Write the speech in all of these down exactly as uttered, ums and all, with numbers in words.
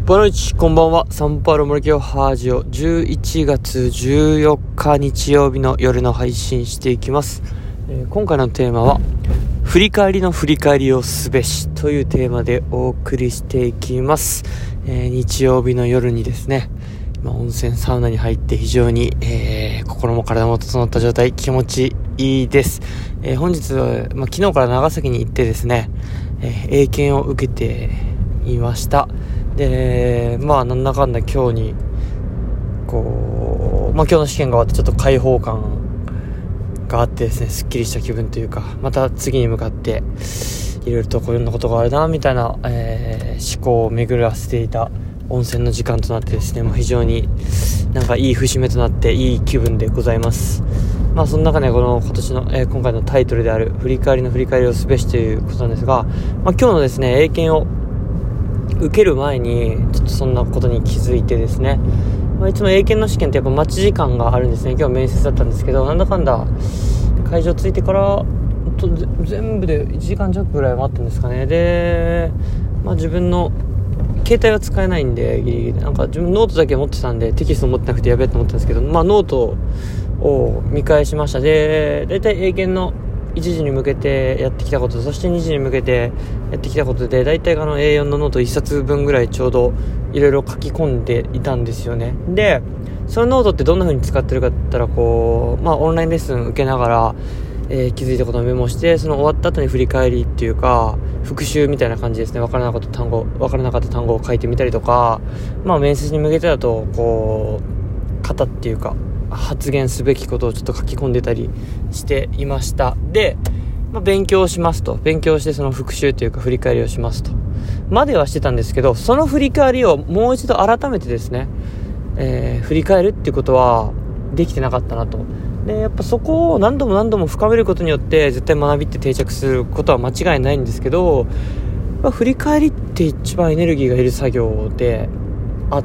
ボナイチ、こんばんは。サンパウロ森清ハージオじゅういちがつじゅうよっか日曜日の夜の配信していきます、えー、今回のテーマは振り返りの振り返りをすべしというテーマでお送りしていきます、えー、日曜日の夜にですね、今温泉サウナに入って非常に、えー、心も体も整った状態、気持ちいいです、えー、本日は、まあ、昨日から長崎に行ってですね、えー、英検を受けていました。でまあなんだかんだ今日にこう、まあ、今日の試験が終わってちょっと開放感があってですね、すっきりした気分というか、また次に向かっていろいろとこういろんなことがあるなみたいな、えー、思考を巡らせていた温泉の時間となってですね、まあ、非常になんかいい節目となっていい気分でございます。まあその中でこの今年の、えー、今回のタイトルである振り返りの振り返りをすべしということなんですが、まあ、今日のですね英検を受ける前にちょっとそんなことに気づいてですね、まあ、いつも英検の試験ってやっぱ待ち時間があるんですね。今日面接だったんですけど、なんだかんだ会場着いてからと全部でいちじかん弱ぐらい待ったんですかね。で、まあ、自分の携帯は使えないんでギリギリなんか自分ノートだけ持ってたんでテキスト持ってなくてやべえと思ったんですけど、まあノートを見返しました。でだいたい英検のいちじに向けてやってきたこと、そしてにじに向けてやってきたことでだいたいあの エーよん のノートいっさつぶんぐらいちょうどいろいろ書き込んでいたんですよね。でそのノートってどんな風に使ってるかって言ったらこう、まあ、オンラインレッスン受けながら、えー、気づいたことをメモして、その終わった後に振り返りっていうか復習みたいな感じですね。分からなかった単語分からなかった単語を書いてみたりとか、まあ、面接に向けてだとこう型っていうか発言すべきことをちょっと書き込んでたりしていました。で、まあ、勉強しますと勉強してその復習というか振り返りをしますとまではしてたんですけど、その振り返りをもう一度改めてですね、えー、振り返るっていうことはできてなかったなと。でやっぱそこを何度も何度も深めることによって絶対学びって定着することは間違いないんですけど、まあ、振り返りって一番エネルギーがいる作業であって、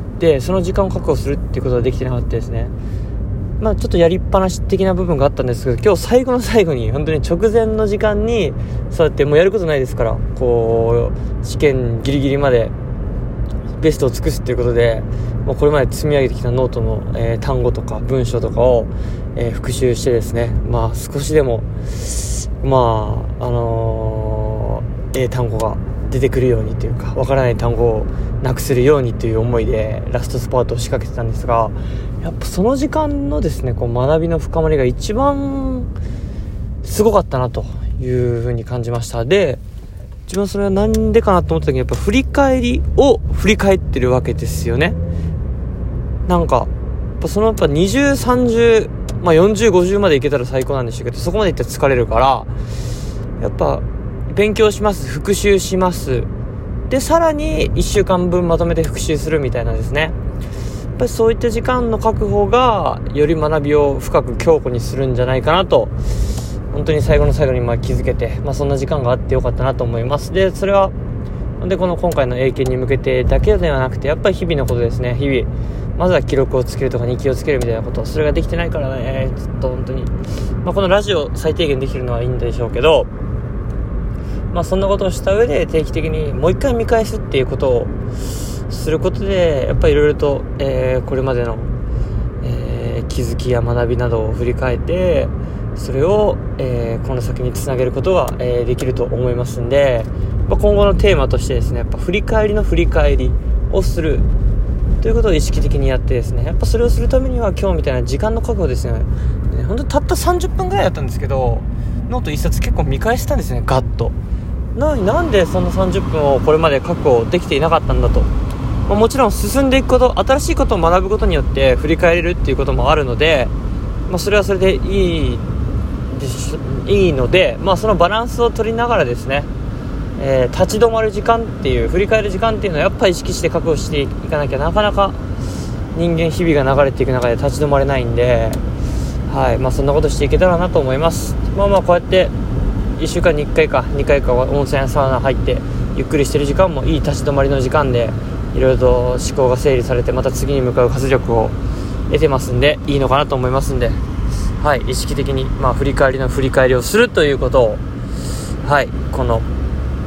その時間を確保するっていうことはできてなかったですね。まあちょっとやりっぱなし的な部分があったんですけど、今日最後の最後に本当に直前の時間にそうやってもうやることないですからこう試験ギリギリまでベストを尽くすっていうことで、もうこれまで積み上げてきたノートの、えー、単語とか文章とかを、えー、復習してですね、まあ少しでもまああのー、英単語が出てくるようにというか、わからない単語をなくするようにという思いでラストスパートを仕掛けてたんですが、やっぱその時間のですねこう学びの深まりが一番すごかったなというふうに感じました。で一番それはなんでかなと思った時にやっぱ振り返りを振り返ってるわけですよね。なんかやっぱそのやっぱにじゅう、さんじゅう、まあ、よんじゅう、ごじゅうまでいけたら最高なんでしょうけど、そこまでいったら疲れるからやっぱ勉強します、復習します、でさらにいっしゅうかんぶんまとめて復習するみたいなですね、やっぱりそういった時間の確保がより学びを深く強固にするんじゃないかなと本当に最後の最後にまあ気づけて、まあ、そんな時間があってよかったなと思います。でそれはでこの今回の英検に向けてだけではなくてやっぱり日々のことですね。日々まずは記録をつけるとか日記をつけるみたいなこと、それができてないからねちょっと本当に、まあ、このラジオ最低限できるのはいいんでしょうけど、まあそんなことをした上で定期的にもう一回見返すっていうことをすることでやっぱりいろいろと、えー、これまでの、えー、気づきや学びなどを振り返ってそれを、えー、この先につなげることが、えー、できると思いますんで、まあ、今後のテーマとしてですねやっぱ振り返りの振り返りをするということを意識的にやってですね、やっぱそれをするためには今日みたいな時間の確保ですね。で本当にたったさんじゅっぷんぐらいだったんですけどノート一冊結構見返したんですね。ガッとな, なんでそのさんじゅっぷんをこれまで確保できていなかったんだと、まあ、もちろん進んでいくこと、新しいことを学ぶことによって振り返れるっていうこともあるので、まあ、それはそれでいいでしいいので、まあ、そのバランスを取りながらですね、えー、立ち止まる時間っていう振り返る時間っていうのはやっぱり意識して確保していかなきゃなかなか人間日々が流れていく中で立ち止まれないんで、はいまあ、そんなことしていけたらなと思います。まあまあこうやっていっしゅうかんにいっかいかにかいか温泉サウナ入ってゆっくりしてる時間もいい立ち止まりの時間でいろいろと思考が整理されてまた次に向かう活力を得てますんでいいのかなと思いますんで、はい、意識的に、まあ、振り返りの振り返りをするということを、はい、この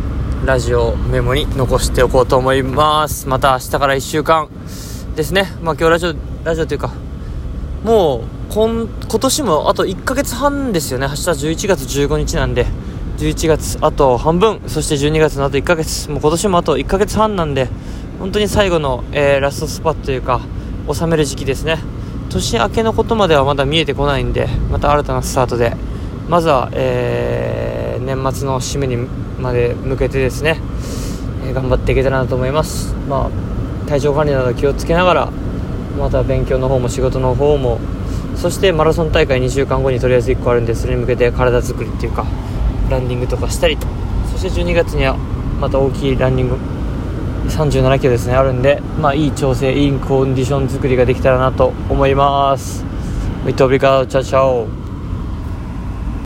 ラジオメモに残しておこうと思います。また明日からいっしゅうかんですね。まあ今日ラジオラジオというかもう今, 今年もあといっかげつはんですよね。明日じゅういちがつじゅうごにちなんでじゅういちがつあと半分、そしてじゅうにがつのあといっかげつ、もう今年もあといっかげつはんなんで本当に最後の、えー、ラストスパットというか収める時期ですね。年明けのことまではまだ見えてこないんで、また新たなスタートでまずは、えー、年末の締めにまで向けてですね、えー、頑張っていけたらなと思います。まあ体調管理など気をつけながら、また勉強の方も仕事の方も、そしてマラソン大会にしゅうかんごにとりあえずいっこあるんで、それに向けて体作りっていうかランニングとかしたり、そしてじゅうにがつにはまた大きいランニングさんじゅうななキロですねあるんで、まあいい調整いいコンディション作りができたらなと思います。Muito obrigado, tchau tchau。